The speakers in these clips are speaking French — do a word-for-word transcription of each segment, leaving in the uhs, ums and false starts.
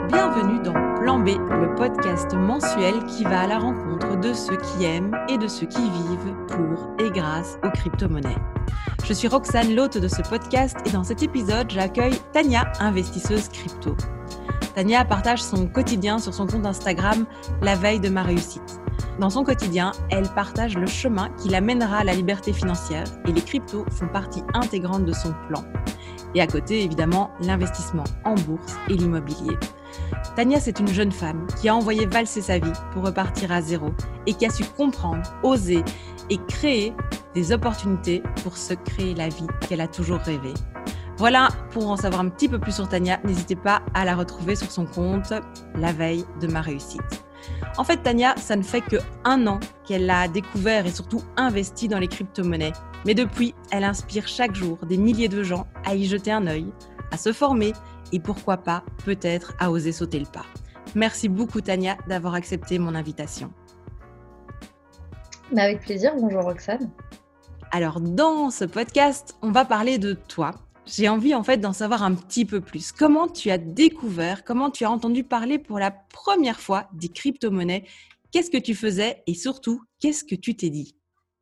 Bienvenue dans Plan B, le podcast mensuel qui va à la rencontre de ceux qui aiment et de ceux qui vivent pour et grâce aux crypto-monnaies. Je suis Roxane, l'hôte de ce podcast, et dans cet épisode, j'accueille Tania, investisseuse crypto. Tania partage son quotidien sur son compte Instagram La veille de ma réussite. Dans son quotidien, elle partage le chemin qui l'amènera à la liberté financière, et les cryptos font partie intégrante de son plan. Et à côté, évidemment, l'investissement en bourse et l'immobilier. Tania, c'est une jeune femme qui a envoyé valser sa vie pour repartir à zéro et qui a su comprendre, oser et créer des opportunités pour se créer la vie qu'elle a toujours rêvée. Voilà, pour en savoir un petit peu plus sur Tania, n'hésitez pas à la retrouver sur son compte La veille de ma réussite. En fait, Tania, ça ne fait que un an qu'elle a découvert et surtout investi dans les crypto-monnaies. Mais depuis, elle inspire chaque jour des milliers de gens à y jeter un œil, à se former et pourquoi pas, peut-être, à oser sauter le pas. Merci beaucoup Tania d'avoir accepté mon invitation. Bah avec plaisir, bonjour Roxane. Alors dans ce podcast, on va parler de toi. J'ai envie en fait d'en savoir un petit peu plus. Comment tu as découvert, comment tu as entendu parler pour la première fois des crypto-monnaies? Qu'est-ce que tu faisais et surtout, qu'est-ce que tu t'es dit?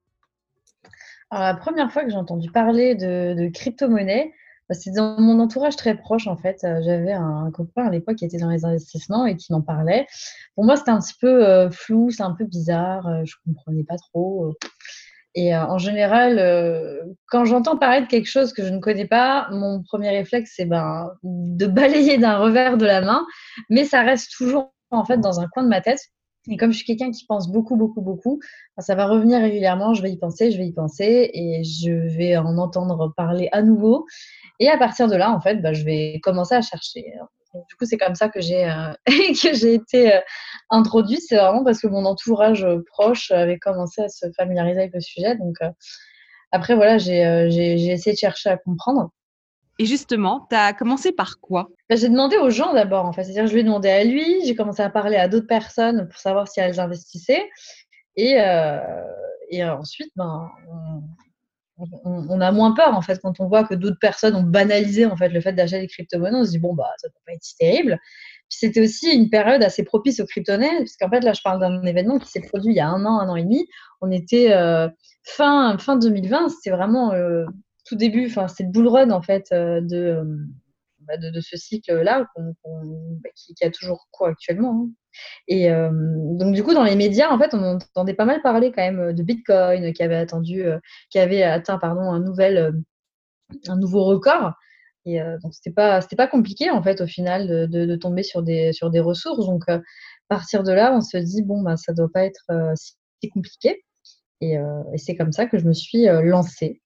Alors la première fois que j'ai entendu parler de, de crypto-monnaie, bah, c'est dans mon entourage très proche en fait. Euh, J'avais un copain à l'époque qui était dans les investissements et qui m'en parlait. Pour moi, c'était un petit peu euh, flou, c'est un peu bizarre, euh, je comprenais pas trop. euh. Et euh, en général, euh, quand j'entends parler de quelque chose que je ne connais pas, mon premier réflexe, c'est ben, de balayer d'un revers de la main, mais ça reste toujours en fait dans un coin de ma tête. Et comme je suis quelqu'un qui pense beaucoup, beaucoup, beaucoup, ben, ça va revenir régulièrement, je vais y penser, je vais y penser, et je vais en entendre parler à nouveau. Et à partir de là, en fait, ben, je vais commencer à chercher. Donc, du coup, c'est comme ça que j'ai euh, que j'ai été euh, introduite. C'est vraiment parce que mon entourage euh, proche avait commencé à se familiariser avec le sujet. Donc, euh, après, voilà, j'ai euh, j'ai j'ai essayé de chercher à comprendre. Et justement, tu as commencé par quoi? Ben, j'ai demandé aux gens d'abord, en fait. C'est-à-dire, je lui ai demandé à lui, j'ai commencé à parler à d'autres personnes pour savoir si elles investissaient. Et, euh, et euh, ensuite, ben, on, on, on a moins peur, en fait, quand on voit que d'autres personnes ont banalisé, en fait, le fait d'acheter des crypto-monnaies. On se dit, bon, bah, ça ne peut pas être si terrible. Puis c'était aussi une période assez propice aux crypto-monnaies, parce qu'en fait, là, je parle d'un événement qui s'est produit il y a un an, un an et demi. On était euh, fin, fin deux mille vingt, c'était vraiment euh, tout début, enfin, c'était le bull run, en fait, euh, de, euh, bah, de, de ce cycle-là, qu'on, qu'on, bah, qui, qui a toujours cours actuellement. Hein. Et euh, donc, du coup, dans les médias, en fait, on entendait pas mal parler quand même de Bitcoin qui avait attendu, euh, qui avait atteint, pardon, un nouvel, euh, un nouveau record. Et euh, donc, c'était pas, c'était pas compliqué, en fait, au final, de, de, de tomber sur des, sur des ressources. Donc, euh, à partir de là, on se dit, bon, bah, ça doit pas être euh, si compliqué. Et, euh, et c'est comme ça que je me suis euh, lancée.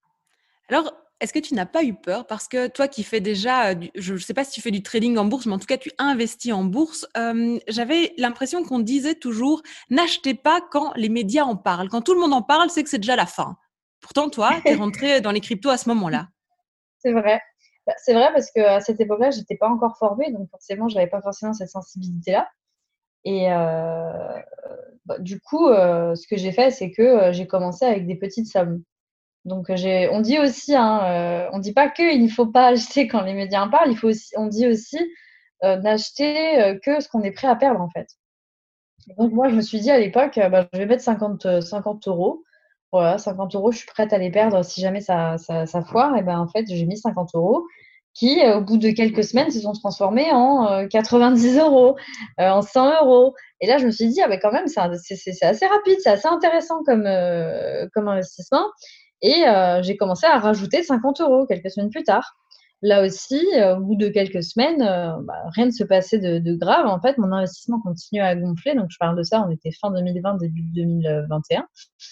Alors, est-ce que tu n'as pas eu peur? Parce que toi qui fais déjà, euh, du- je ne sais pas si tu fais du trading en bourse, mais en tout cas, tu investis en bourse. Euh, j'avais l'impression qu'on disait toujours, n'achetez pas quand les médias en parlent. Quand tout le monde en parle, c'est que c'est déjà la fin. Pourtant, toi, tu es rentré dans les cryptos à ce moment-là. C'est vrai. Bah, c'est vrai parce qu'à cette époque-là, j'étais pas encore formée, donc forcément, j'avais pas forcément cette sensibilité-là. Et euh, bah, du coup, euh, ce que j'ai fait, c'est que euh, j'ai commencé avec des petites sommes. Donc, euh, j'ai, on dit aussi, hein, euh, on dit pas qu'il ne faut pas acheter quand les médias en parlent, il faut aussi, on dit aussi euh, n'acheter euh, que ce qu'on est prêt à perdre, en fait. Et donc, moi, je me suis dit à l'époque, euh, bah, je vais mettre cinquante, euh, cinquante euros. Voilà, cinquante euros, je suis prête à les perdre si jamais ça, ça, ça foire. Et ben, en fait, j'ai mis cinquante euros qui, euh, au bout de quelques semaines, se sont transformés en euh, quatre-vingt-dix euros, euh, en cent euros. Et là, je me suis dit, ah ben, quand même, c'est, un- c'est, c'est- c'est assez rapide, c'est assez intéressant comme, euh, comme investissement. Et euh, j'ai commencé à rajouter cinquante euros quelques semaines plus tard. Là aussi, euh, au bout de quelques semaines, euh, bah, rien ne se passait de, de grave. En fait, mon investissement continuait à gonfler. Donc, je parle de ça, on était fin deux mille vingt, début deux mille vingt et un.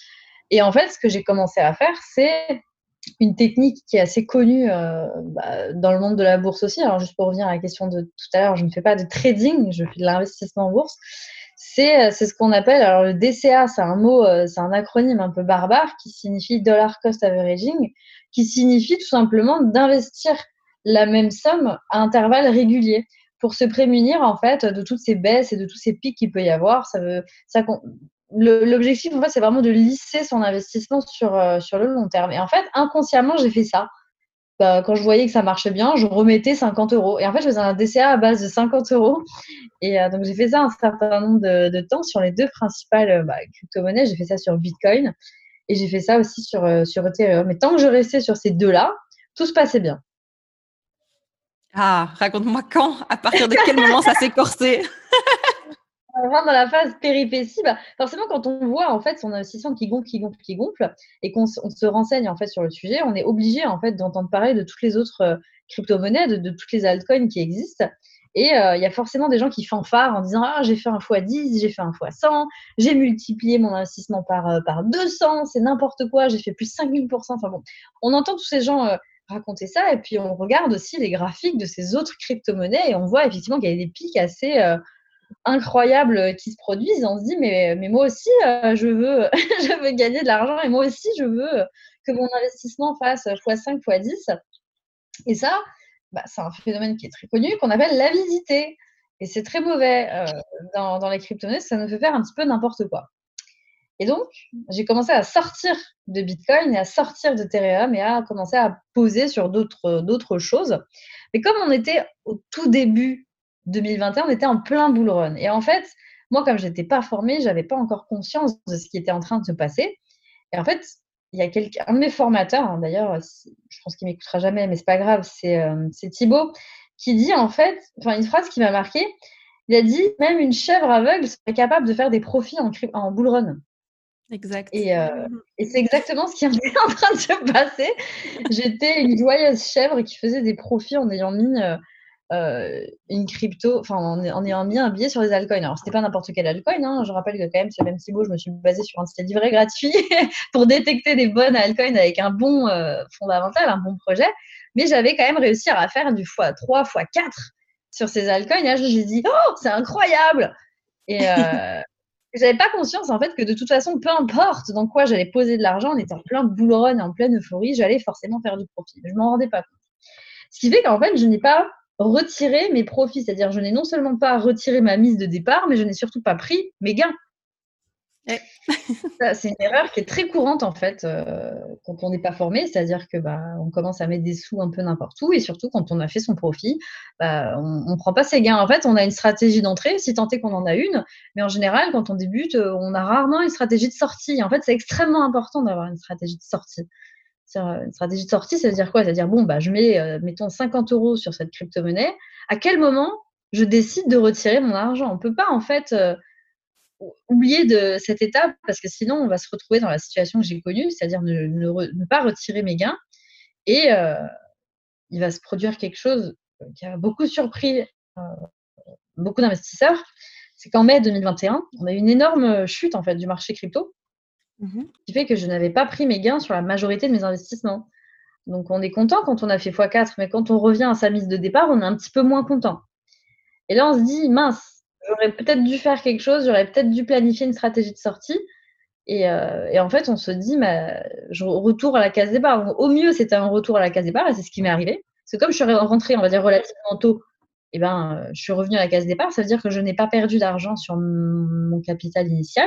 Et en fait, ce que j'ai commencé à faire, c'est une technique qui est assez connue euh, bah, dans le monde de la bourse aussi. Alors, juste pour revenir à la question de tout à l'heure, je ne fais pas de trading, je fais de l'investissement en bourse. C'est, euh, c'est ce qu'on appelle, alors le D C A, c'est un mot, euh, c'est un acronyme un peu barbare qui signifie Dollar Cost Averaging, qui signifie tout simplement d'investir la même somme à intervalles réguliers pour se prémunir en fait de toutes ces baisses et de tous ces pics qu'il peut y avoir. Ça veut, ça, le, l'objectif, en fait, c'est vraiment de lisser son investissement sur, euh, sur le long terme. Et en fait, inconsciemment, j'ai fait ça. bah, quand je voyais que ça marchait bien, je remettais cinquante euros. Et en fait, je faisais un D C A à base de cinquante euros. Et euh, donc, j'ai fait ça un certain nombre de, de temps sur les deux principales euh, bah, crypto-monnaies. J'ai fait ça sur Bitcoin et j'ai fait ça aussi sur, euh, sur Ethereum. Mais tant que je restais sur ces deux-là, tout se passait bien. Ah, raconte-moi quand, à partir de quel moment ça s'est corsé? Vraiment dans la phase péripétie, bah, forcément, quand on voit en fait son investissement qui gonfle, qui gonfle, qui gonfle, et qu'on s- on se renseigne en fait sur le sujet, on est obligé en fait d'entendre parler de toutes les autres euh, crypto-monnaies, de, de toutes les altcoins qui existent. Et euh, il y a forcément des gens qui fanfarent en disant ah j'ai fait un fois dix, j'ai fait un fois cent, j'ai multiplié mon investissement par euh, par deux cents, c'est n'importe quoi, j'ai fait plus cinq mille pour cent. Enfin bon, on entend tous ces gens euh, raconter ça et puis on regarde aussi les graphiques de ces autres crypto-monnaies et on voit effectivement qu'il y a des pics assez euh, incroyables qui se produisent. On se dit, mais, mais moi aussi, euh, je, veux, je veux gagner de l'argent et moi aussi, je veux que mon investissement fasse fois cinq, fois dix. Et ça, bah, c'est un phénomène qui est très connu, qu'on appelle l'avidité. Et c'est très mauvais euh, dans, dans les crypto-monnaies, ça nous fait faire un petit peu n'importe quoi. Et donc, j'ai commencé à sortir de Bitcoin et à sortir d'Ethereum et à commencer à poser sur d'autres, d'autres choses. Mais comme on était au tout début deux mille vingt et un, on était en plein bull run. Et en fait, moi, comme je n'étais pas formée, je n'avais pas encore conscience de ce qui était en train de se passer. Et en fait, il y a quelqu'un, un de mes formateurs, hein, d'ailleurs, je pense qu'il m'écoutera jamais, mais c'est pas grave, c'est, euh, c'est Thibaut, qui dit en fait, enfin une phrase qui m'a marquée, il a dit même une chèvre aveugle serait capable de faire des profits en, en bull run. Exact. Et, euh, et c'est exactement ce qui est en train de se passer. J'étais une joyeuse chèvre qui faisait des profits en ayant mis euh, euh, une crypto, enfin en, en ayant mis un billet sur des altcoins. Alors, c'était pas n'importe quel altcoin, hein. Je rappelle que quand même, c'est même Thibaut, je me suis basée sur un petit livret gratuit pour détecter des bonnes altcoins avec un bon euh, fondamental, un bon projet. Mais j'avais quand même réussi à faire du fois trois, fois quatre sur ces altcoins. Et là, je me suis dit, oh, c'est incroyable! Et, euh, j'avais pas conscience en fait que de toute façon, peu importe dans quoi j'allais poser de l'argent, on était en plein bull run et en pleine euphorie, j'allais forcément faire du profit. Je m'en rendais pas compte. Ce qui fait qu'en fait, je n'ai pas retiré mes profits, c'est-à-dire je n'ai non seulement pas retiré ma mise de départ, mais je n'ai surtout pas pris mes gains. Ouais. Ça, c'est une erreur qui est très courante en fait euh, quand on n'est pas formé, c'est-à-dire que bah, on commence à mettre des sous un peu n'importe où et surtout quand on a fait son profit, bah, on ne prend pas ses gains. En fait, on a une stratégie d'entrée, si tant est qu'on en a une, mais en général, quand on débute, euh, on a rarement une stratégie de sortie. En fait, c'est extrêmement important d'avoir une stratégie de sortie. C'est-à-dire, une stratégie de sortie, ça veut dire quoi? C'est-à-dire, bon, bah, je mets, euh, mettons, cinquante euros sur cette crypto-monnaie. À quel moment je décide de retirer mon argent? On ne peut pas, en fait, euh, oublier de cette étape parce que sinon on va se retrouver dans la situation que j'ai connue, c'est-à-dire ne, ne, re, ne pas retirer mes gains et euh, il va se produire quelque chose qui a beaucoup surpris euh, beaucoup d'investisseurs, c'est qu'en mai deux mille vingt et un, on a eu une énorme chute en fait du marché crypto Mmh. qui fait que je n'avais pas pris mes gains sur la majorité de mes investissements. Donc on est content quand on a fait fois quatre, mais quand on revient à sa mise de départ, on est un petit peu moins content. Et là on se dit mince, j'aurais peut-être dû faire quelque chose, j'aurais peut-être dû planifier une stratégie de sortie. Et, euh, et en fait, on se dit, bah, je retourne à la case départ. Au mieux, c'était un retour à la case départ, et c'est ce qui m'est arrivé. Parce que comme je suis rentrée, on va dire, relativement tôt, et ben, euh, je suis revenue à la case départ. Ça veut dire que je n'ai pas perdu d'argent sur mon capital initial,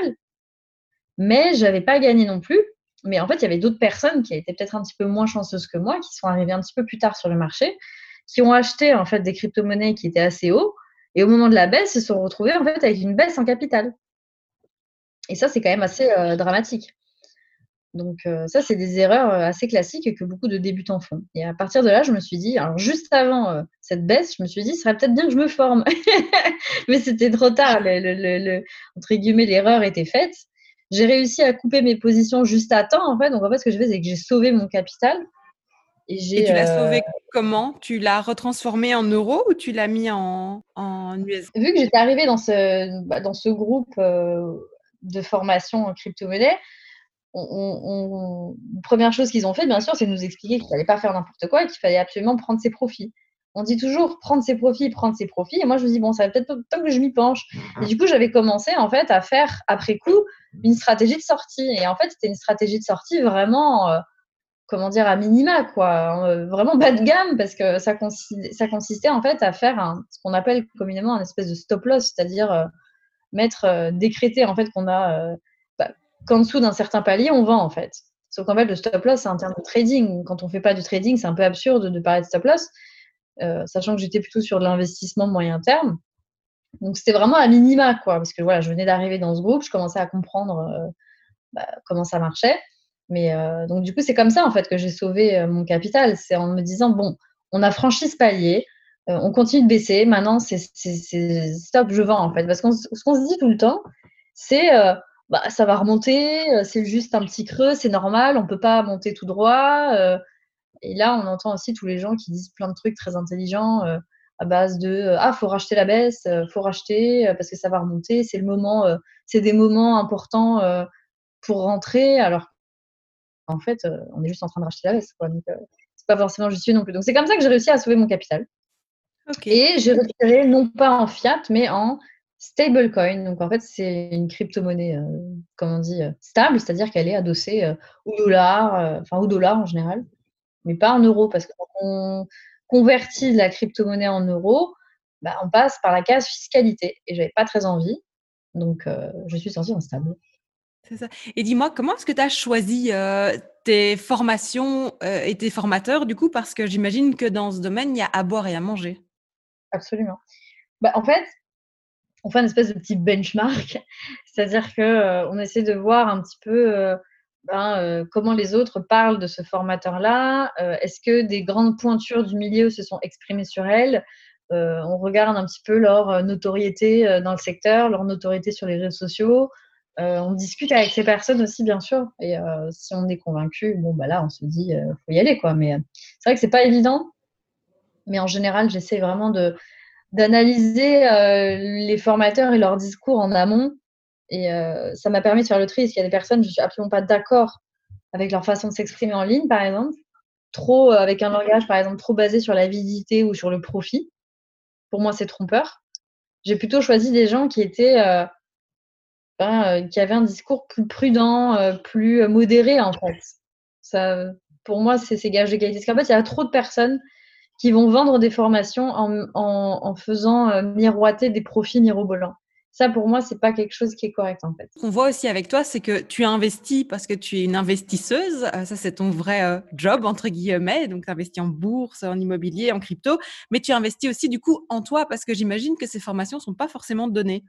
mais je n'avais pas gagné non plus. Mais en fait, il y avait d'autres personnes qui étaient peut-être un petit peu moins chanceuses que moi, qui sont arrivées un petit peu plus tard sur le marché, qui ont acheté en fait des crypto-monnaies qui étaient assez hauts, et au moment de la baisse, se sont retrouvées en fait avec une baisse en capital. Et ça, c'est quand même assez euh, dramatique. Donc euh, ça, c'est des erreurs euh, assez classiques que beaucoup de débutants font. Et à partir de là, je me suis dit, alors juste avant euh, cette baisse, je me suis dit, ce serait peut-être bien que je me forme. Mais c'était trop tard. Le, le, le, le, entre guillemets, l'erreur était faite. J'ai réussi à couper mes positions juste à temps, en fait. Donc en fait, ce que j'ai fait, c'est que j'ai sauvé mon capital. Et, Et j'ai, tu l'as euh, sauvé comment? Tu l'as retransformé en euros ou tu l'as mis en, en U S D? vu que j'étais arrivée dans ce, bah, dans ce groupe euh, de formation en crypto-monnaie, On, on, on, première chose qu'ils ont fait, bien sûr, c'est de nous expliquer qu'il ne fallait pas faire n'importe quoi et qu'il fallait absolument prendre ses profits. On dit toujours prendre ses profits, prendre ses profits. Et moi, je me dis, bon, ça va peut-être temps que je m'y penche. Et du coup, j'avais commencé, en fait, à faire, après coup, une stratégie de sortie. Et en fait, c'était une stratégie de sortie vraiment, euh, comment dire, à minima, quoi. Euh, vraiment bas de gamme, parce que ça, consistait, ça consistait, en fait, à faire un, ce qu'on appelle communément un espèce de stop loss, c'est-à-dire euh, mettre, euh, décréter, en fait, qu'on a... Euh, bah, qu'en dessous d'un certain palier, on vend en fait. Sauf qu'en fait, le stop loss, c'est un terme de trading. Quand on fait pas du trading, c'est un peu absurde de parler de stop loss, euh, sachant que j'étais plutôt sur de l'investissement moyen terme. Donc, c'était vraiment à minima, quoi, parce que voilà, je venais d'arriver dans ce groupe, je commençais à comprendre euh, bah, comment ça marchait. Mais euh, donc, du coup, c'est comme ça, en fait, que j'ai sauvé euh, mon capital. C'est en me disant, bon, on a franchi ce palier, euh, on continue de baisser. Maintenant, c'est, c'est, c'est stop, je vends, en fait. Parce que ce qu'on se dit tout le temps, c'est, euh, bah, ça va remonter, euh, c'est juste un petit creux, c'est normal, on ne peut pas monter tout droit. Euh, et là, on entend aussi tous les gens qui disent plein de trucs très intelligents euh, à base de euh, ah, faut racheter la baisse, euh, faut racheter euh, parce que ça va remonter. C'est le moment, euh, c'est des moments importants euh, pour rentrer. Alors en fait, euh, on est juste en train de racheter la baisse, quoi. Donc, euh, c'est pas forcément judicieux non plus. Donc, c'est comme ça que j'ai réussi à sauver mon capital. Ok. Et j'ai retiré non pas en fiat, mais en stablecoin. Donc, en fait, c'est une crypto-monnaie, euh, comme on dit, euh, stable, c'est-à-dire qu'elle est adossée euh, au dollar, euh, enfin au dollar en général, mais pas en euros, parce que quand on convertit de la crypto-monnaie en euros, bah, on passe par la case fiscalité. Et j'avais pas très envie, donc euh, je suis sortie en stable. C'est ça. Et dis-moi, comment est-ce que tu as choisi euh, tes formations euh, et tes formateurs, du coup, parce que j'imagine que dans ce domaine, il y a à boire et à manger. Absolument. Bah, en fait, on fait une espèce de petit benchmark, c'est-à-dire que euh, on essaie de voir un petit peu euh, ben, euh, comment les autres parlent de ce formateur-là. Euh, est-ce que des grandes pointures du milieu se sont exprimées sur elle? Euh, on regarde un petit peu leur euh, notoriété euh, dans le secteur, leur notoriété sur les réseaux sociaux. Euh, on discute avec ces personnes aussi, bien sûr. Et euh, si on est convaincu, bon, bah là, on se dit, euh, faut y aller, quoi. Mais euh, c'est vrai que c'est pas évident. Mais en général, j'essaie vraiment de d'analyser euh, les formateurs et leurs discours en amont. Et euh, ça m'a permis de faire le tri, parce qu'il y a des personnes, je ne suis absolument pas d'accord avec leur façon de s'exprimer en ligne, par exemple. Trop, euh, avec un langage, par exemple, trop basé sur l'avidité ou sur le profit. Pour moi, c'est trompeur. J'ai plutôt choisi des gens qui étaient, euh, ben, euh, qui avaient un discours plus prudent, euh, plus modéré, en fait. Ça, pour moi, c'est ces gages de qualité. Parce qu'en fait, il y a trop de personnes qui vont vendre des formations en, en, en faisant euh, miroiter des profits mirobolants. Ça, pour moi, c'est pas quelque chose qui est correct, en fait. Ce qu'on voit aussi avec toi, c'est que tu investis parce que tu es une investisseuse. Euh, ça, c'est ton vrai euh, job, entre guillemets. Donc, tu investis en bourse, en immobilier, en crypto. Mais tu investis aussi, du coup, en toi parce que j'imagine que ces formations ne sont pas forcément données.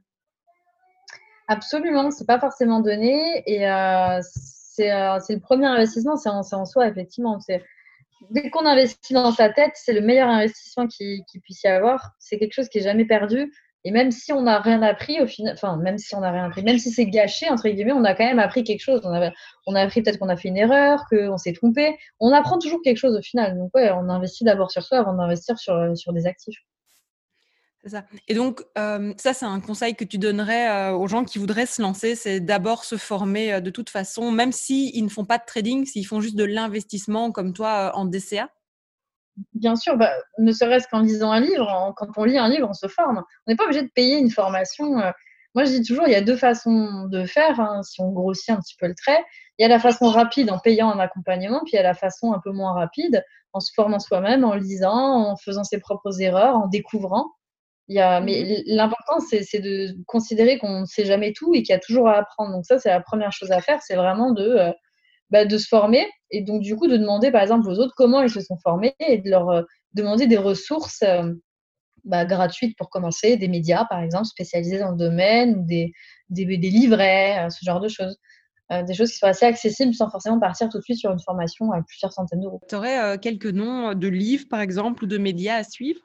Absolument, c'est pas forcément donné. Et euh, c'est, euh, c'est le premier investissement, c'est en, c'est en soi, effectivement. C'est, dès qu'on investit dans sa tête, c'est le meilleur investissement qu'il, qu'il puisse y avoir. C'est quelque chose qui est jamais perdu. Et même si on n'a rien appris, au final, enfin, même si on n'a rien appris, même si c'est gâché, entre guillemets, on a quand même appris quelque chose. On a, on a appris peut-être qu'on a fait une erreur, qu'on s'est trompé. On apprend toujours quelque chose au final. Donc, ouais, on investit d'abord sur soi avant d'investir sur, sur des actifs. C'est ça. Et donc, euh, ça, c'est un conseil que tu donnerais euh, aux gens qui voudraient se lancer, c'est d'abord se former euh, de toute façon, même s'ils ne font pas de trading, s'ils font juste de l'investissement comme toi euh, en D C A. Bien sûr, bah, ne serait-ce qu'en lisant un livre, en- quand on lit un livre, on se forme. On n'est pas obligé de payer une formation. euh. Moi, je dis toujours, il y a deux façons de faire, hein, si on grossit un petit peu le trait. Il y a la façon rapide en payant un accompagnement, puis il y a la façon un peu moins rapide en se formant soi-même, en lisant, en faisant ses propres erreurs, en découvrant. Il y a, mais Mhm. l- l'important, c'est, c'est de considérer qu'on ne sait jamais tout et qu'il y a toujours à apprendre. Donc ça, c'est la première chose à faire, c'est vraiment de, euh, bah, de se former et donc du coup de demander par exemple aux autres comment ils se sont formés et de leur euh, demander des ressources euh, bah, gratuites pour commencer, des médias par exemple spécialisés dans le domaine, ou des, des, des livrets, euh, ce genre de choses. Euh, des choses qui sont assez accessibles sans forcément partir tout de suite sur une formation à plusieurs centaines d'euros. Tu aurais quelques noms de livres, par exemple, ou de médias à suivre?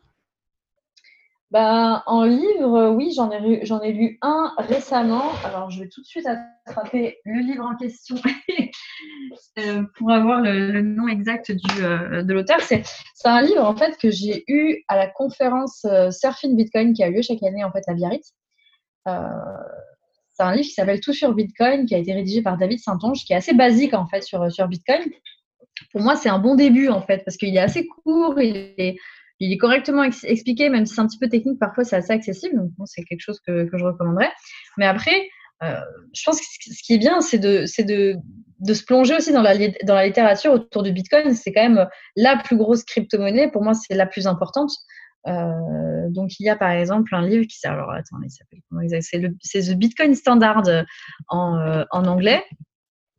Bah, en livre, euh, oui, j'en ai, lu, j'en ai lu un récemment. Alors, je vais tout de suite attraper le livre en question euh, pour avoir le, le nom exact du, euh, de l'auteur. C'est, c'est un livre en fait que j'ai eu à la conférence euh, Surfing Bitcoin qui a lieu chaque année en fait à Biarritz. Euh, c'est un livre qui s'appelle Tout sur Bitcoin, qui a été rédigé par David Saint-Onge, qui est assez basique en fait sur, sur Bitcoin. Pour moi, c'est un bon début en fait parce qu'il est assez court, il est, il est correctement ex- expliqué, même si c'est un petit peu technique, parfois c'est assez accessible. Donc, bon, c'est quelque chose que, que je recommanderais. Mais après, euh, je pense que ce qui est bien, c'est de, c'est de, de se plonger aussi dans la, dans la littérature autour du Bitcoin. C'est quand même la plus grosse crypto-monnaie. Pour moi, c'est la plus importante. Euh, donc, il y a par exemple un livre qui s'appelle, alors attends, il s'appelle comment exact? C'est, le, c'est The Bitcoin Standard en, euh, en anglais.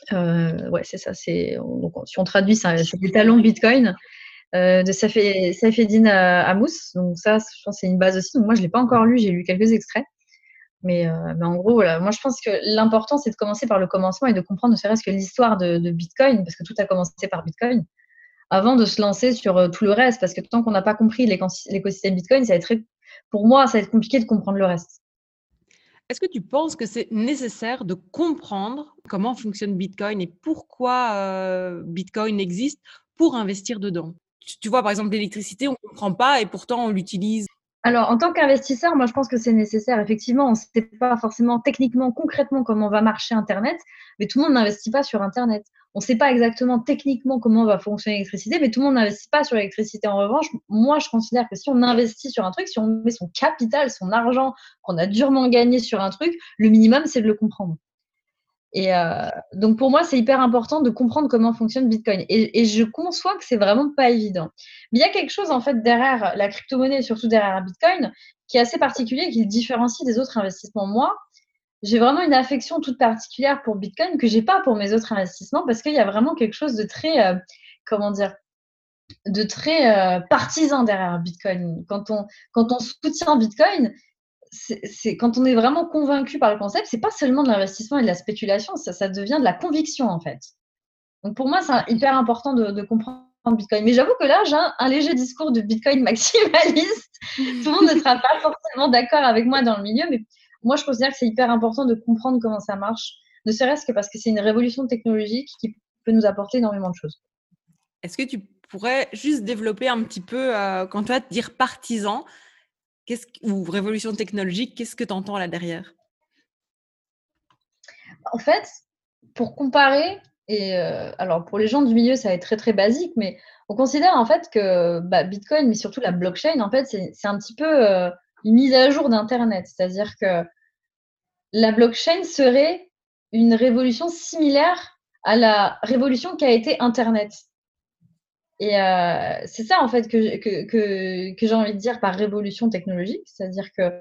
Euh, ouais, c'est ça. C'est, donc, si on traduit, ça, c'est des talents Bitcoin euh, de Safed- Saifedean Ammous. Donc ça, je pense que c'est une base aussi. Donc moi, je l'ai pas encore lu. J'ai lu quelques extraits. Mais, euh, mais en gros, voilà. Moi, je pense que l'important, c'est de commencer par le commencement et de comprendre ne serait-ce que l'histoire de, de Bitcoin, parce que tout a commencé par Bitcoin, avant de se lancer sur euh, tout le reste. Parce que tant qu'on n'a pas compris l'écos- l'écosystème Bitcoin, ça va être très, pour moi, ça va être compliqué de comprendre le reste. Est-ce que tu penses que c'est nécessaire de comprendre comment fonctionne Bitcoin et pourquoi euh, Bitcoin existe pour investir dedans? Tu, tu vois, par exemple, l'électricité, on ne comprend pas et pourtant on l'utilise. Alors, en tant qu'investisseur, moi, je pense que c'est nécessaire. Effectivement, on ne sait pas forcément techniquement, concrètement comment va marcher Internet, mais tout le monde n'investit pas sur Internet. On ne sait pas exactement techniquement comment va fonctionner l'électricité, mais tout le monde n'investit pas sur l'électricité. En revanche, moi, je considère que si on investit sur un truc, si on met son capital, son argent qu'on a durement gagné sur un truc, le minimum, c'est de le comprendre. Et euh, donc pour moi, c'est hyper important de comprendre comment fonctionne Bitcoin. Et, et je conçois que c'est vraiment pas évident. Mais il y a quelque chose en fait derrière la crypto-monnaie, et surtout derrière Bitcoin, qui est assez particulier et qui le différencie des autres investissements. Moi, j'ai vraiment une affection toute particulière pour Bitcoin que j'ai pas pour mes autres investissements parce qu'il y a vraiment quelque chose de très, euh, comment dire, de très euh, partisan derrière Bitcoin. Quand on, quand on soutient Bitcoin, c'est, c'est, quand on est vraiment convaincu par le concept, c'est pas seulement de l'investissement et de la spéculation, ça, ça devient de la conviction en fait. Donc pour moi, c'est hyper important de, de comprendre Bitcoin. Mais j'avoue que là, j'ai un, un léger discours de Bitcoin maximaliste. Tout le monde ne sera pas forcément d'accord avec moi dans le milieu, mais moi, je considère que c'est hyper important de comprendre comment ça marche, ne serait-ce que parce que c'est une révolution technologique qui peut nous apporter énormément de choses. Est-ce que tu pourrais juste développer un petit peu, euh, quand tu vas te dire partisan, qu'est-ce que- ou révolution technologique, qu'est-ce que tu entends là derrière? En fait, pour comparer, et euh, alors pour les gens du milieu, ça va être très très basique, mais on considère en fait que bah, Bitcoin, mais surtout la blockchain, en fait, c'est, c'est un petit peu euh, une mise à jour d'Internet. C'est-à-dire que la blockchain serait une révolution similaire à la révolution qu'a été Internet. Et euh, c'est ça en fait que, que, que, que j'ai envie de dire par révolution technologique, c'est-à-dire que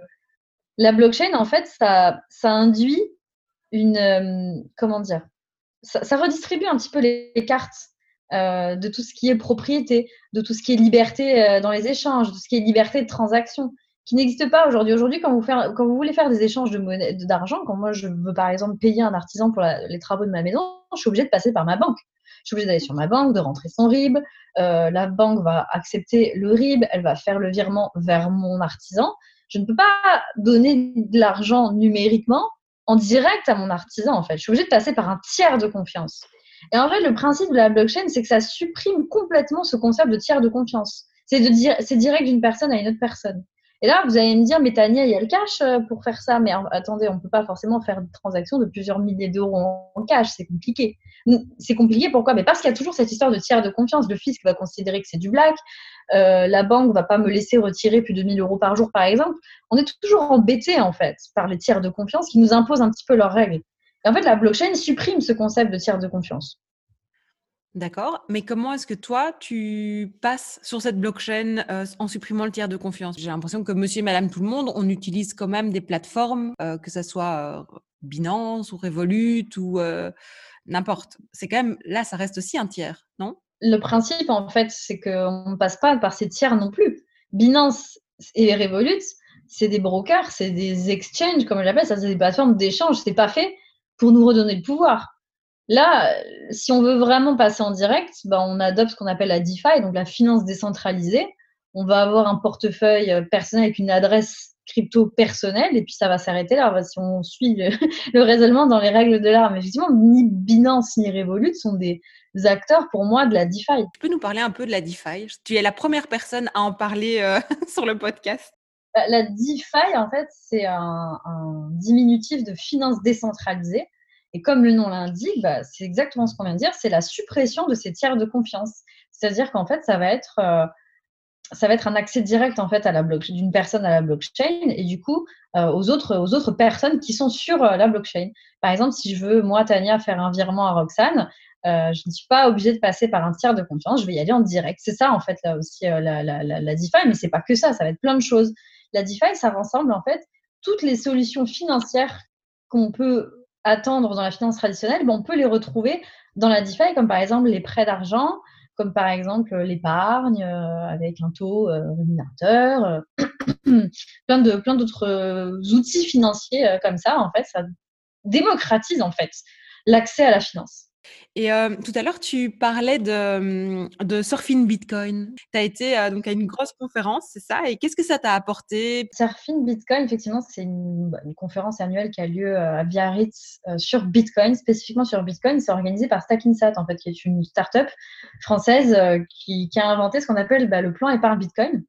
la blockchain, en fait, ça, ça induit une, euh, comment dire, ça, ça redistribue un petit peu les, les cartes euh, de tout ce qui est propriété, de tout ce qui est liberté euh, dans les échanges, de tout ce qui est liberté de transaction, qui n'existe pas aujourd'hui. Aujourd'hui, quand vous, faire, quand vous voulez faire des échanges de monnaie, d'argent, quand moi je veux par exemple payer un artisan pour la, les travaux de ma maison, je suis obligée de passer par ma banque. Je suis obligée d'aller sur ma banque, de rentrer son R I B. Euh, la banque va accepter le R I B, elle va faire le virement vers mon artisan. Je ne peux pas donner de l'argent numériquement en direct à mon artisan, en fait. Je suis obligée de passer par un tiers de confiance. Et en fait, le principe de la blockchain, c'est que ça supprime complètement ce concept de tiers de confiance. C'est de dire, c'est direct d'une personne à une autre personne. Et là, vous allez me dire, mais Tania, il y a le cash euh, pour faire ça. Mais attendez, on ne peut pas forcément faire des transactions de plusieurs milliers d'euros en cash. C'est compliqué. C'est compliqué, pourquoi? Mais parce qu'il y a toujours cette histoire de tiers de confiance. Le fisc va considérer que c'est du black. Euh, la banque ne va pas me laisser retirer plus de mille euros par jour, par exemple. On est toujours embêté, en fait, par les tiers de confiance qui nous imposent un petit peu leurs règles. Et en fait, la blockchain supprime ce concept de tiers de confiance. D'accord, mais comment est-ce que toi, tu passes sur cette blockchain euh, en supprimant le tiers de confiance? J'ai l'impression que monsieur et madame tout le monde, on utilise quand même des plateformes, euh, que ce soit euh, Binance ou Revolut ou euh, n'importe. C'est quand même, là, ça reste aussi un tiers, non? Le principe, en fait, c'est qu'on ne passe pas par ces tiers non plus. Binance et Revolut, c'est des brokers, c'est des exchanges, comme je l'appelle, ça, c'est des plateformes d'échange. C'est pas fait pour nous redonner le pouvoir. Là, si on veut vraiment passer en direct, ben, on adopte ce qu'on appelle la DeFi, donc la finance décentralisée. On va avoir un portefeuille personnel avec une adresse crypto personnelle et puis ça va s'arrêter là. Si on suit le, le raisonnement dans les règles de l'art. Mais effectivement, ni Binance ni Revolut sont des acteurs pour moi de la DeFi. Tu peux nous parler un peu de la DeFi? Tu es la première personne à en parler euh, sur le podcast. La DeFi, en fait, c'est un, un diminutif de finance décentralisée. Et comme le nom l'indique, bah, c'est exactement ce qu'on vient de dire, c'est la suppression de ces tiers de confiance. C'est-à-dire qu'en fait, ça va être, euh, ça va être un accès direct en fait à la blockchain, d'une personne à la blockchain et du coup euh, aux autres, aux autres personnes qui sont sur euh, la blockchain. Par exemple, si je veux moi Tania faire un virement à Roxane, euh, je ne suis pas obligée de passer par un tiers de confiance, je vais y aller en direct. C'est ça en fait là aussi euh, la, la, la, la DeFi, mais c'est pas que ça, ça va être plein de choses. La DeFi, ça rassemble en fait toutes les solutions financières qu'on peut attendre dans la finance traditionnelle, ben, on peut les retrouver dans la DeFi, comme par exemple les prêts d'argent, comme par exemple l'épargne euh, avec un taux euh, rémunérateur, euh, plein de plein d'autres euh, outils financiers euh, comme ça. En fait, ça démocratise en fait l'accès à la finance. Et euh, tout à l'heure, tu parlais de, de Surfing Bitcoin. Tu as été euh, donc à une grosse conférence, c'est ça? Et qu'est-ce que ça t'a apporté? Surfing Bitcoin, effectivement, c'est une, bah, une conférence annuelle qui a lieu euh, à Biarritz euh, sur Bitcoin, spécifiquement sur Bitcoin. C'est organisé par Stackinsat, en fait, qui est une start-up française euh, qui, qui a inventé ce qu'on appelle bah, le plan épargne Bitcoin.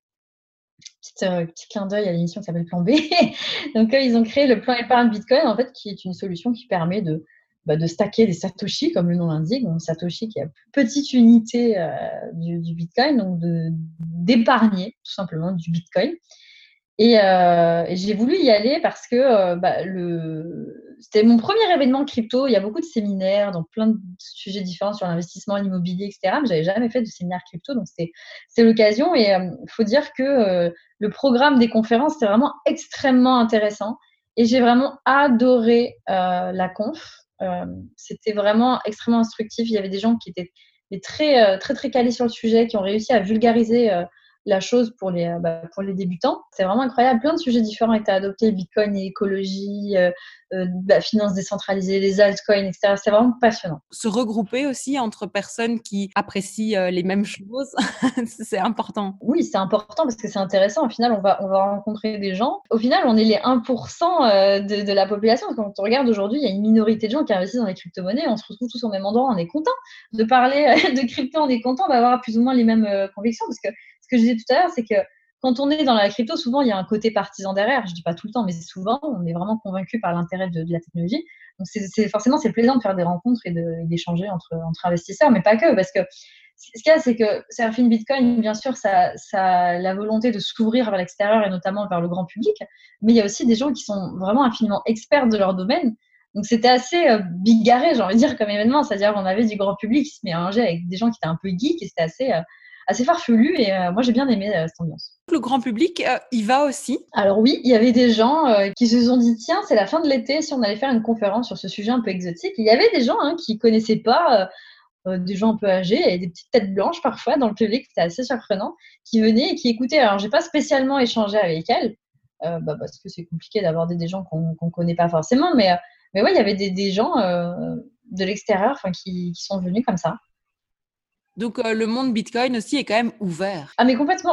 Petit, euh, petit clin d'œil à l'émission qui s'appelle Plan B. Donc, euh, ils ont créé le plan épargne Bitcoin, en fait, qui est une solution qui permet de, bah, de stacker des Satoshi, comme le nom l'indique. Donc, Satoshi, qui est la plus petite unité euh, du, du Bitcoin, donc de, d'épargner tout simplement du Bitcoin. Et, euh, et j'ai voulu y aller parce que euh, bah, le... c'était mon premier événement crypto. Il y a beaucoup de séminaires dans plein de sujets différents sur l'investissement, l'immobilier, et cetera. Mais j'avais jamais fait de séminaire crypto, donc c'était, c'était l'occasion. Et il euh, faut dire que euh, le programme des conférences, c'était vraiment extrêmement intéressant. Et j'ai vraiment adoré euh, la conf. Euh, c'était vraiment extrêmement instructif. Il y avait des gens qui étaient très, euh, très, très calés sur le sujet, qui ont réussi à vulgariser euh, la chose pour les, bah, pour les débutants. C'est vraiment incroyable. Plein de sujets différents étaient adoptés, Bitcoin et écologie, euh, euh, bah, finances décentralisées, les altcoins, et cetera. C'est vraiment passionnant. Se regrouper aussi entre personnes qui apprécient euh, les mêmes choses, c'est important. Oui, c'est important parce que c'est intéressant. Au final, on va, on va rencontrer des gens. Au final, on est les un pour cent de, de la population. Quand on regarde aujourd'hui, il y a une minorité de gens qui investissent dans les crypto-monnaies. On se retrouve tous au même endroit. On est content de parler de crypto. On est content d'avoir plus ou moins les mêmes euh, convictions parce que ce que je disais tout à l'heure, c'est que quand on est dans la crypto, souvent, il y a un côté partisan derrière. Je dis pas tout le temps, mais souvent, on est vraiment convaincu par l'intérêt de, de la technologie. Donc, c'est, c'est, forcément, c'est plaisant de faire des rencontres et, de, et d'échanger entre, entre investisseurs, mais pas que, parce que ce qu'il y a, c'est que Surfing Bitcoin, bien sûr, ça, ça a la volonté de s'ouvrir vers l'extérieur et notamment vers le grand public, mais il y a aussi des gens qui sont vraiment infiniment experts de leur domaine. Donc, c'était assez euh, bigarré, j'ai envie de dire, comme événement. C'est-à-dire, on avait du grand public qui se mélangeait avec des gens qui étaient un peu geeks et c'était assez... Euh, assez farfelu et euh, moi j'ai bien aimé euh, cette ambiance. Le grand public euh, y va aussi? Alors oui, il y avait des gens euh, qui se sont dit tiens, c'est la fin de l'été, si on allait faire une conférence sur ce sujet un peu exotique. Il y avait des gens hein, qui connaissaient pas, euh, des gens un peu âgés, et des petites têtes blanches parfois dans le public, c'était assez surprenant, qui venaient et qui écoutaient. Alors j'ai pas spécialement échangé avec elles, euh, bah, parce que c'est compliqué d'aborder des gens qu'on qu'on connaît pas forcément, mais, euh, mais ouais, il y avait des, des gens euh, de l'extérieur qui, qui sont venus comme ça. Donc, euh, le monde Bitcoin aussi est quand même ouvert. Ah, mais complètement.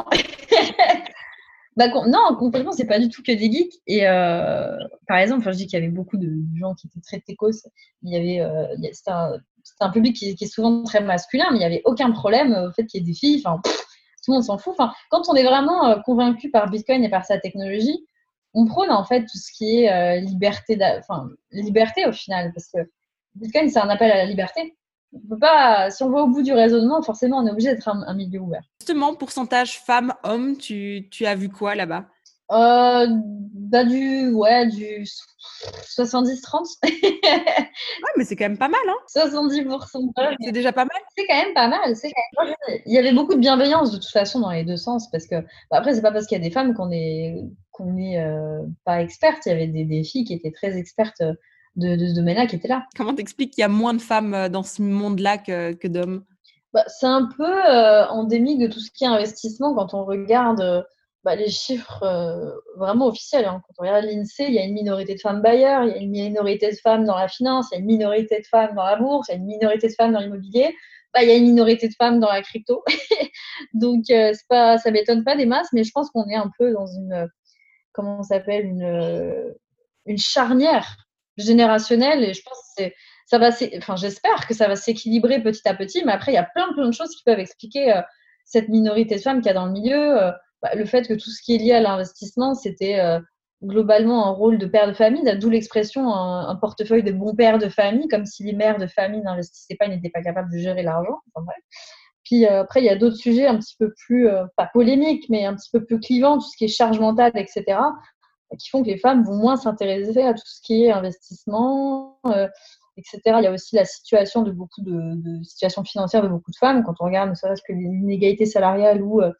Bah, com- non, complètement, c'est pas du tout que des geeks. Et euh, par exemple, enfin, je dis qu'il y avait beaucoup de gens qui étaient très techos. Il y avait, euh, il y a- c'était un, c'était un public qui, qui est souvent très masculin, mais il n'y avait aucun problème au fait qu'il y ait des filles. Enfin, pff, tout le monde s'en fout. Enfin, quand on est vraiment euh, convaincu par Bitcoin et par sa technologie, on prône en fait tout ce qui est euh, liberté, d'a- enfin, liberté au final, parce que Bitcoin, c'est un appel à la liberté. On peut pas, si on va au bout du raisonnement, forcément, on est obligé d'être un, un milieu ouvert. Justement, pourcentage femmes-hommes, tu, tu as vu quoi là-bas? Euh, bah du, ouais, du soixante-dix trente. Ouais, mais c'est quand même pas mal, hein? soixante-dix pour cent de femmes. C'est déjà pas mal. C'est quand même pas mal. C'est quand même... Il y avait beaucoup de bienveillance de toute façon dans les deux sens parce que bah, après c'est pas parce qu'il y a des femmes qu'on est qu'on est euh, pas expertes. Il y avait des, des filles qui étaient très expertes de, de ce domaine-là qui étaient là. Comment t'expliques qu'il y a moins de femmes euh, dans ce monde-là que, que d'hommes? Bah, c'est un peu euh, endémique de tout ce qui est investissement quand on regarde euh, bah, les chiffres euh, vraiment officiels. Hein. Quand on regarde l'INSEE, il y a une minorité de femmes bailleurs, il y a une minorité de femmes dans la finance, il y a une minorité de femmes dans la bourse, il y a une minorité de femmes dans l'immobilier, bah, il y a une minorité de femmes dans la crypto. Donc, euh, c'est pas, ça ne m'étonne pas des masses, mais je pense qu'on est un peu dans une, comment on s'appelle, une, une charnière générationnelle et je pense que c'est ça va, enfin, j'espère que ça va s'équilibrer petit à petit, mais après, il y a plein, plein de choses qui peuvent expliquer euh, cette minorité de femmes qu'il y a dans le milieu. Euh, bah, le fait que tout ce qui est lié à l'investissement, c'était euh, globalement un rôle de père de famille, d'où l'expression un, un portefeuille de bon père de famille, comme si les mères de famille n'investissaient pas, n'étaient pas capables de gérer l'argent. Enfin, bref. Puis euh, après, il y a d'autres sujets un petit peu plus, euh, pas polémiques, mais un petit peu plus clivants, tout ce qui est charge mentale, et cetera, qui font que les femmes vont moins s'intéresser à tout ce qui est investissement, euh, et cetera. Il y a aussi la situation de beaucoup de, de situations financières de beaucoup de femmes. Quand on regarde ne serait-ce que l'inégalité salariale ou euh,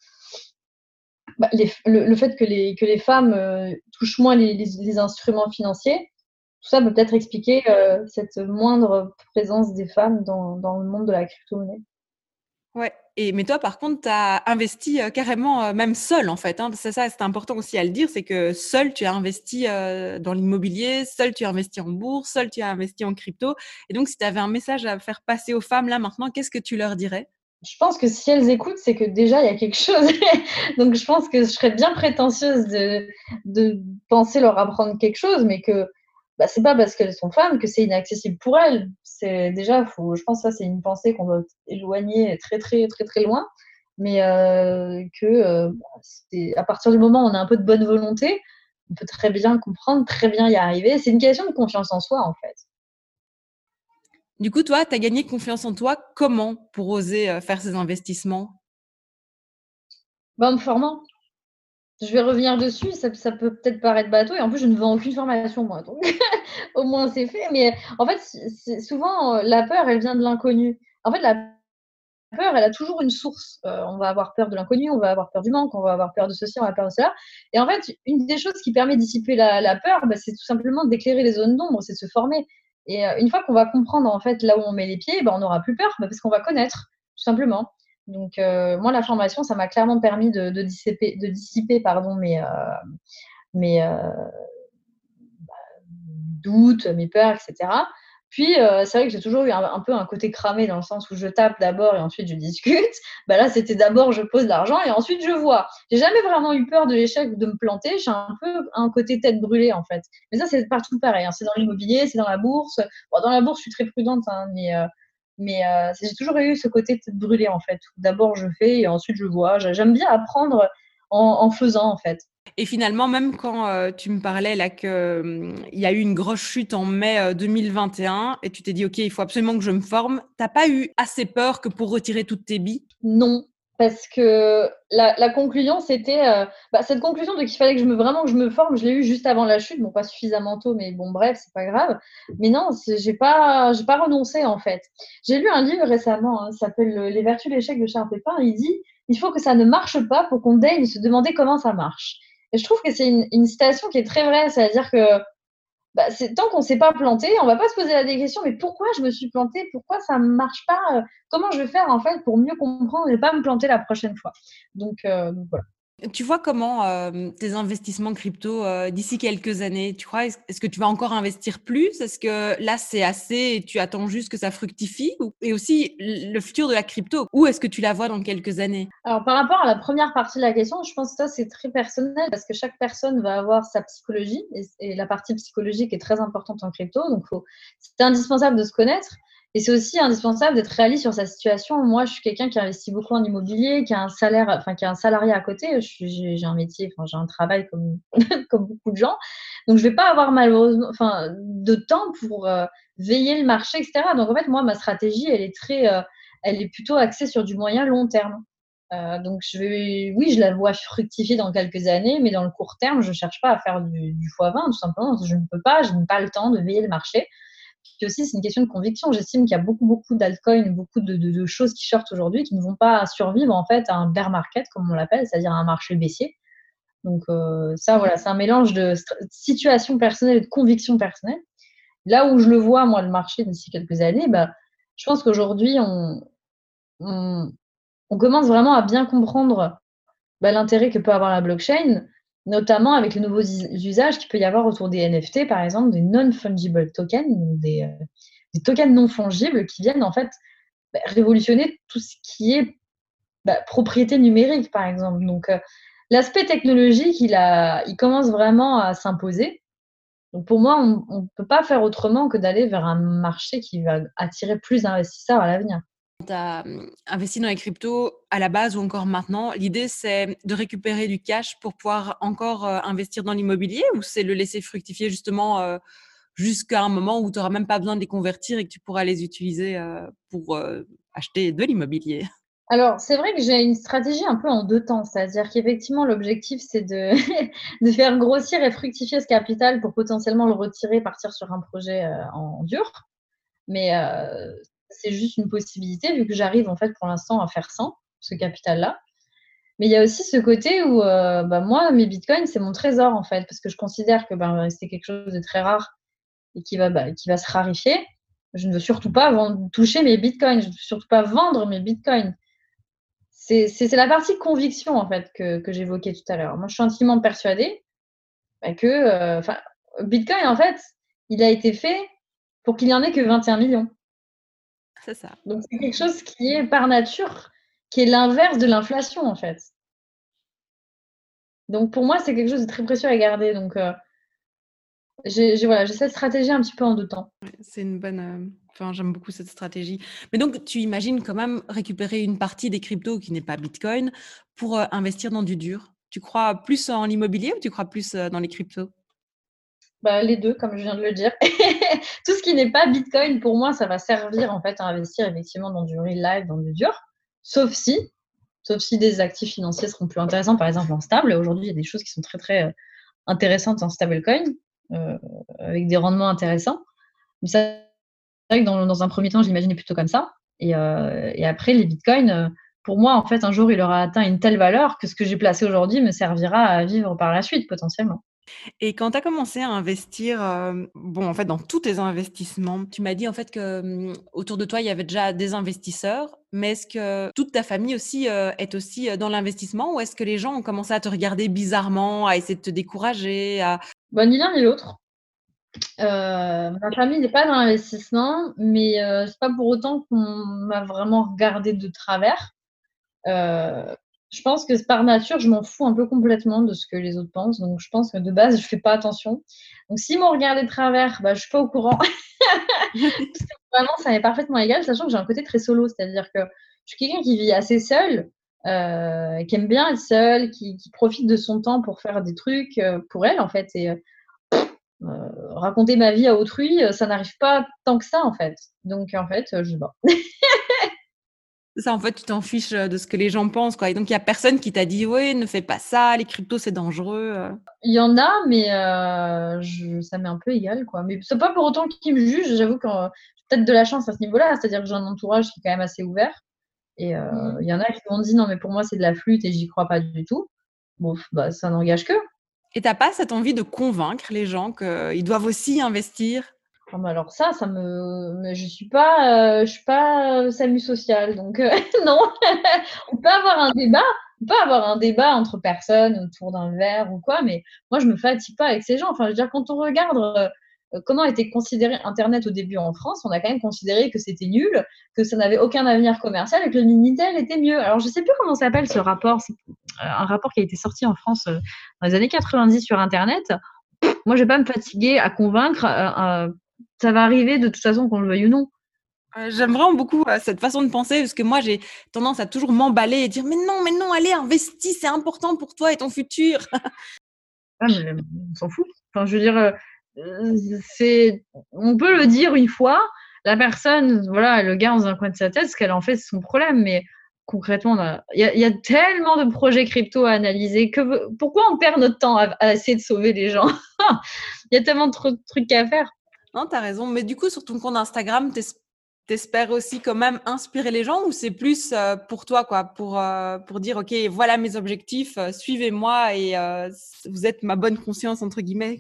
bah, les, le, le fait que les, que les femmes euh, touchent moins les, les, les instruments financiers, tout ça peut peut-être expliquer euh, cette moindre présence des femmes dans, dans le monde de la crypto-monnaie. Ouais. Et mais toi, par contre, tu as investi, heu, carrément, heu, même seul en fait, hein. C'est ça, c'est important aussi à le dire, c'est que seul tu as investi, heu, dans l'immobilier, seul tu as investi en bourse, seul tu as investi en crypto. Et donc si tu avais un message à faire passer aux femmes là maintenant, qu'est-ce que tu leur dirais? Je pense que si elles écoutent, c'est que déjà il y a quelque chose. Donc je pense que je serais bien prétentieuse de de penser leur apprendre quelque chose, mais que, bah, c'est pas parce qu'elles sont femmes que c'est inaccessible pour elles. C'est déjà, faut je pense que ça, c'est une pensée qu'on doit éloigner très, très, très, très loin, mais heu, que, heu, bah, c'est à partir du moment où on a un peu de bonne volonté, on peut très bien comprendre, très bien y arriver. C'est une question de confiance en soi, en fait. Du coup, toi, tu as gagné confiance en toi comment pour oser, heu, faire ces investissements? Bah, en me formant. Je vais revenir dessus, ça ça peut peut-être paraître bateau et en plus je ne vends aucune formation moi, donc au moins c'est fait. Mais en fait, c'est c'est souvent, heu, la peur, elle vient de l'inconnu. En fait, la peur, elle a toujours une source. Heu, on va avoir peur de l'inconnu, on va avoir peur du manque, on va avoir peur de ceci, on va avoir peur de cela. Et en fait, une des choses qui permet de dissiper la la peur, bah, c'est tout simplement d'éclairer les zones d'ombre, c'est de se former. Et heu, une fois qu'on va comprendre en fait là où on met les pieds, bah, on n'aura plus peur, bah, parce qu'on va connaître, tout simplement. Donc heu, moi la formation, ça m'a clairement permis de de dissiper de dissiper pardon mes, heu, mes, heu, doutes, mes peurs et cetera. Puis, heu, c'est vrai que j'ai toujours eu un un peu un côté cramé dans le sens où je tape d'abord et ensuite je discute. Bah, là, c'était d'abord je pose l'argent et ensuite je vois. J'ai jamais vraiment eu peur de l'échec ou de me planter. J'ai un peu un côté tête brûlée, en fait. Mais ça, c'est partout pareil, hein. C'est dans l'immobilier, c'est dans la bourse. Bon, dans la bourse, je suis très prudente, hein, mais heu, mais heu, j'ai toujours eu ce côté tête brûlée, en fait. D'abord je fais et ensuite je vois. J'ai j'aime bien apprendre en en faisant, en fait. Et finalement, même quand, heu, tu me parlais là que, mmh, il y a eu une grosse chute en mai, heu, deux mille vingt et un et tu t'es dit: «OK, il faut absolument que je me forme». Tu as pas eu assez peur que pour retirer toutes tes billes? Non, parce que la la conclusion, c'était, heu, bah, cette conclusion de qu'il fallait que je me vraiment que je me forme, je l'ai eue juste avant la chute. Bon, pas suffisamment tôt, mais bon, bref, c'est pas grave. Mais non, c'est j'ai pas j'ai pas renoncé, en fait. J'ai lu un livre récemment, hein, ça s'appelle, heu, «Les vertus de l'échec» de Charles Pépin. Il dit: «Il faut que ça ne marche pas pour qu'on daigne se demander comment ça marche». Et je trouve que c'est une une citation qui est très vraie. C'est-à-dire que bah, c'est tant qu'on s'est pas planté, on va pas se poser la des questions: «Mais pourquoi je me suis planté? Pourquoi ça ne marche pas, heu? Comment je vais faire, en fait, pour mieux comprendre et pas me planter la prochaine fois?» Donc heu, donc voilà. Tu vois comment, hem, tes investissements crypto, heu, d'ici quelques années? Tu crois est-ce est-ce que tu vas encore investir plus? Est-ce que là, c'est assez et tu attends juste que ça fructifie? Ou et aussi l le futur de la crypto, où est-ce que tu la vois dans quelques années? Alors par rapport à la première partie de la question, je pense que ça, c'est très personnel parce que chaque personne va avoir sa psychologie et c et la partie psychologique est très importante en crypto, donc faut c'est indispensable de se connaître et c'est aussi indispensable d'être réaliste sur sa situation. Moi, je suis quelqu'un qui investit beaucoup en immobilier, qui a un salaire enfin qui a un salariat à côté. Je suis j'ai j'ai un métier, enfin j'ai un travail comme comme beaucoup de gens, donc je vais pas avoir malheureusement enfin de temps pour, heu, veiller le marché et cetera. Donc en fait, moi, ma stratégie, elle est très, heu, elle est plutôt axée sur du moyen long terme. Heu, donc je vais oui, je la vois fructifier dans quelques années, mais dans le court terme, je cherche pas à faire du du fois vingt tout simplement. Je ne peux pas, je n'ai pas le temps de veiller le marché. Puis aussi, c'est une question de conviction. J'estime qu'il y a beaucoup, beaucoup d'altcoins, beaucoup de de de choses qui sortent aujourd'hui qui ne vont pas survivre en fait à un bear market comme on l'appelle, c'est-à-dire à un marché baissier. Donc heu, ça voilà, c'est un mélange de str situation personnelle et de conviction personnelle. Là où je le vois moi le marché d'ici quelques années, bah, je pense qu'aujourd'hui on on on commence vraiment à bien comprendre bah, l'intérêt que peut avoir la blockchain, notamment avec les nouveaux us usages qu'il peut y avoir autour des N F T, par exemple, des non-fungible tokens, donc des, heu, des tokens non fongibles qui viennent en fait, bah, révolutionner tout ce qui est, bah, propriété numérique, par exemple. Donc, heu, l'aspect technologique, il a il commence vraiment à s'imposer. Donc pour moi, on ne peut pas faire autrement que d'aller vers un marché qui va attirer plus d'investisseurs à l'avenir. Tu as, mmh, investi dans les cryptos à la base ou encore maintenant, l'idée c'est de récupérer du cash pour pouvoir encore, heu, investir dans l'immobilier ou c'est le laisser fructifier justement, heu, jusqu'à un moment où tu auras même pas besoin de les convertir et que tu pourras les utiliser, heu, pour, heu, acheter de l'immobilier? Alors, c'est vrai que j'ai une stratégie un peu en deux temps, c'est-à-dire qu'effectivement, l'objectif, c'est de de faire grossir et fructifier ce capital pour potentiellement le retirer, partir sur un projet, heu, en dur. Mais, heu, c'est juste une possibilité vu que j'arrive, en fait, pour l'instant à faire sans ce capital-là. Mais il y a aussi ce côté où, heu, bah, moi, mes bitcoins, c'est mon trésor, en fait, parce que je considère que, ben, c'est quelque chose de très rare et qui va, bah, qui va se raréfier, je ne veux surtout pas vendre, toucher mes bitcoins, je ne veux surtout pas vendre mes bitcoins. C'est, c'est, c'est la partie conviction en fait que, que j'évoquais tout à l'heure. Moi, je suis intimement persuadée bah, que euh, Bitcoin, en fait, il a été fait pour qu'il n'y en ait que vingt et un millions. C'est ça. Donc, c'est quelque chose qui est par nature, qui est l'inverse de l'inflation, en fait. Donc, pour moi, c'est quelque chose de très précieux à garder. Donc, euh, j'ai, j'ai, voilà, j'ai cette stratégie un petit peu en deux temps. Ouais, c'est une bonne. euh, Enfin, j'aime beaucoup cette stratégie. Mais donc, tu imagines quand même récupérer une partie des cryptos qui n'est pas Bitcoin pour euh, investir dans du dur. Tu crois plus en l'immobilier ou tu crois plus euh, dans les cryptos? Bah, les deux, comme je viens de le dire. Tout ce qui n'est pas Bitcoin, pour moi, ça va servir en fait à investir effectivement dans du real life, dans du dur. Sauf si, sauf si des actifs financiers seront plus intéressants, par exemple en stable. Aujourd'hui, il y a des choses qui sont très très euh, intéressantes en stablecoin, euh, avec des rendements intéressants. Mais c'est vrai que dans, dans un premier temps, je l'imaginais plutôt comme ça. Et, euh, et après, les bitcoins, euh, pour moi, en fait, un jour, il aura atteint une telle valeur que ce que j'ai placé aujourd'hui me servira à vivre par la suite, potentiellement. Et quand tu as commencé à investir, euh, bon, en fait, dans tous tes investissements, tu m'as dit en fait que hum, autour de toi, il y avait déjà des investisseurs, mais est-ce que toute ta famille aussi euh, est aussi euh, dans l'investissement ou est-ce que les gens ont commencé à te regarder bizarrement, à essayer de te décourager, à... Bon, ni l'un ni l'autre. Euh, ma famille n'est pas dans l'investissement, mais euh, c'est pas pour autant qu'on m'a vraiment regardé de travers. Euh, je pense que par nature, je m'en fous un peu complètement de ce que les autres pensent. Donc, je pense que de base, je fais pas attention. Donc, s'ils m'ont regardé de travers, bah, je suis pas au courant. Vraiment, ça m'est parfaitement égal, sachant que j'ai un côté très solo. C'est-à-dire que je suis quelqu'un qui vit assez seul, euh, qui aime bien être seul, qui, qui profite de son temps pour faire des trucs euh, pour elle, en fait. Et euh, raconter ma vie à autrui, euh, ça n'arrive pas tant que ça, en fait. Donc, en fait, euh, je sais pas. Ça, en fait, tu t'en fiches euh, de ce que les gens pensent, quoi. Et donc, il y a personne qui t'a dit, oui, ne fais pas ça, les cryptos, c'est dangereux. euh. Il y en a, mais euh, je, ça m'est un peu égal, quoi. Mais c'est pas pour autant qu'ils me jugent. J'avoue que euh, j'ai peut-être de la chance à ce niveau-là. C'est-à-dire que j'ai un entourage qui est quand même assez ouvert. Et euh, Mhm. il y en a qui m'ont dit, non, mais pour moi, c'est de la flûte et j'y crois pas du tout. Bon, bah, ça n'engage que. Et t'as pas cette envie de convaincre les gens qu'ils doivent aussi investir? Ah, mais alors ça, ça me, mais je suis pas, euh, je suis pas euh, SAMU social, donc euh, non. On peut avoir un débat, on peut avoir un débat entre personnes autour d'un verre ou quoi, mais moi je me fatigue pas avec ces gens. Enfin, je veux dire, quand on regarde euh, comment était considéré Internet au début en France, on a quand même considéré que c'était nul, que ça n'avait aucun avenir commercial et que le Minitel était mieux. Alors je sais plus comment s'appelle ce rapport, c'est euh, un rapport qui a été sorti en France euh, dans les années quatre-vingt-dix sur Internet. Moi, je vais pas me fatiguer à convaincre. Euh, euh, ça va arriver de toute façon, qu'on le veuille ou non. Euh, J'aime vraiment beaucoup euh, cette façon de penser parce que moi, j'ai tendance à toujours m'emballer et dire, mais non, mais non, allez, investis, c'est important pour toi et ton futur. Ah, mais on s'en fout. Enfin, je veux dire, euh, c'est, on peut le dire une fois. La personne, voilà, elle le garde dans un coin de sa tête. Ce qu'elle en fait, c'est son problème. Mais concrètement, on a- il y, a, il y a tellement de projets crypto à analyser. Que, veut- pourquoi on perd notre temps à, à essayer de sauver les gens? Il y a tellement de tru- trucs à faire. Non, t'as raison. Mais du coup, sur ton compte Instagram, t'es- t'espères aussi quand même inspirer les gens ou c'est plus euh, pour toi, quoi, pour, euh, pour dire, OK, voilà mes objectifs, euh, suivez-moi et euh, vous êtes ma bonne conscience, entre guillemets.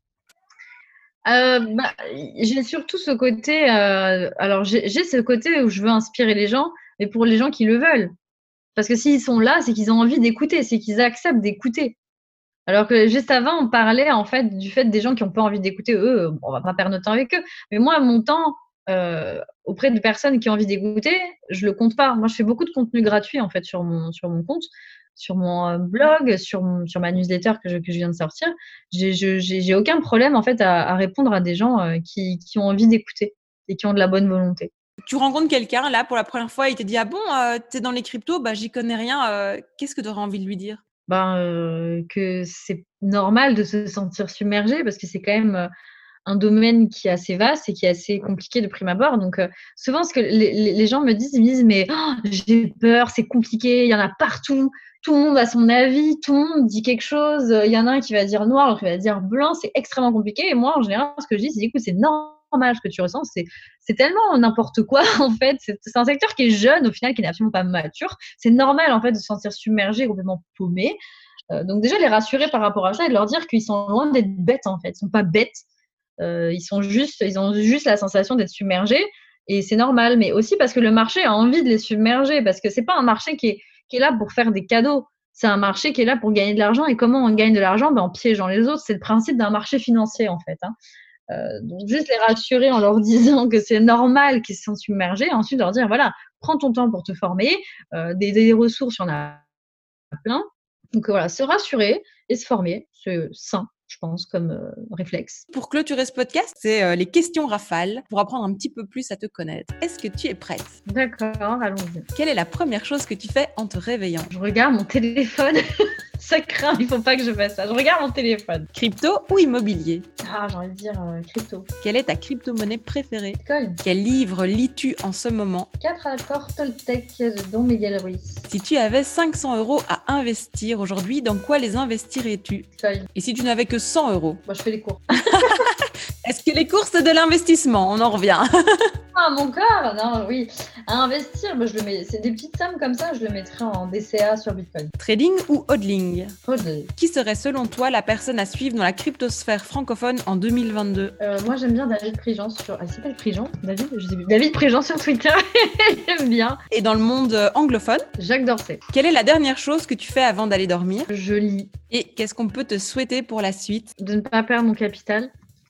Euh, bah, j'ai surtout ce côté. Euh, alors, j'ai j'ai ce côté où je veux inspirer les gens, mais pour les gens qui le veulent. Parce que s'ils sont là, c'est qu'ils ont envie d'écouter, c'est qu'ils acceptent d'écouter. Alors que juste avant, on parlait en fait du fait des gens qui n'ont pas envie d'écouter, eux, bon, on va pas perdre notre temps avec eux. Mais moi, mon temps euh, auprès de personnes qui ont envie d'écouter, je le compte pas. Moi, je fais beaucoup de contenu gratuit en fait sur mon sur mon compte, sur mon euh, blog, sur mon- sur ma newsletter que je, que je viens de sortir. J'ai je- j'ai j'ai aucun problème en fait à, à répondre à des gens euh, qui qui ont envie d'écouter et qui ont de la bonne volonté. Tu rencontres quelqu'un, là, pour la première fois, il te dit, ah bon, euh, t'es dans les cryptos, bah, j'y connais rien. euh, Qu'est-ce que tu aurais envie de lui dire? Ben, euh, que c'est normal de se sentir submergé parce que c'est quand même euh, un domaine qui est assez vaste et qui est assez compliqué de prime abord. Donc, euh, souvent, ce que les, les- les gens me disent, ils me disent, mais oh, j'ai peur, c'est compliqué, il y en a partout, tout le monde a son avis, tout le monde dit quelque chose, il y en a un qui va dire noir, l'autre qui va dire blanc, c'est extrêmement compliqué. Et moi, en général, ce que je dis, c'est, écoute, c'est normal ce que tu ressens, c'est, c'est tellement n'importe quoi, en fait. C'est, c'est un secteur qui est jeune, au final, qui n'est absolument pas mature. C'est normal, en fait, de se sentir submergé, complètement paumé. Euh, donc déjà, les rassurer par rapport à ça et de leur dire qu'ils sont loin d'être bêtes, en fait. Ils sont pas bêtes. Euh, ils sont juste, ils ont juste la sensation d'être submergés et c'est normal. Mais aussi parce que le marché a envie de les submerger parce que c'est pas un marché qui est, qui est là pour faire des cadeaux. C'est un marché qui est là pour gagner de l'argent. Et comment on gagne de l'argent? Ben, en piégeant les autres. C'est le principe d'un marché financier, en fait. Hein. Euh, donc, juste les rassurer en leur disant que c'est normal qu'ils se sentent submergés. Et ensuite, leur dire, voilà, prends ton temps pour te former. Euh, des, des ressources, il y en a plein. Donc, voilà, se rassurer et se former. C'est sain, je pense, comme euh, réflexe. Pour clôturer ce podcast, c'est euh, les questions rafales pour apprendre un petit peu plus à te connaître. Est-ce que tu es prête? D'accord, allons-y. Quelle est la première chose que tu fais en te réveillant? Je regarde mon téléphone. Ça craint, il faut pas que je fasse ça. Je regarde mon téléphone. Crypto ou immobilier? Ah, j'ai envie de dire euh, crypto. Quelle est ta crypto-monnaie préférée? Bitcoin. Quel livre lis-tu en ce moment? Quatre accords Toltec de Don Miguel Ruiz. Si tu avais cinq cents euros à investir aujourd'hui, dans quoi les investirais-tu? Bitcoin. Et si tu n'avais que cent euros? Moi, je fais les cours. Est-ce que les courses, c'est de l'investissement? On en revient. Ah, mon corps. Non, oui. À investir, bah, je le mets. C'est des petites sommes comme ça, je le mettrai en D C A sur Bitcoin. Trading ou hodling? Hodl. Qui serait selon toi la personne à suivre dans la cryptosphère francophone en deux mille vingt-deux? Euh, moi, j'aime bien David Prigent sur. Ah, il s'appelle Prigent David Je sais plus. David Prigent sur Twitter. J'aime bien. Et dans le monde euh, anglophone? Jacques Dorsey. Quelle est la dernière chose que tu fais avant d'aller dormir? Je lis. Et qu'est-ce qu'on peut te souhaiter pour la suite? De ne pas perdre mon capital.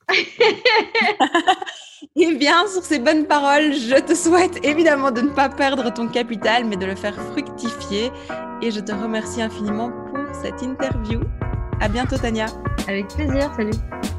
Eh bien, sur ces bonnes paroles, je te souhaite évidemment de ne pas perdre ton capital, mais de le faire fructifier. Et je te remercie infiniment pour cette interview. À bientôt, Tania. Avec plaisir, salut.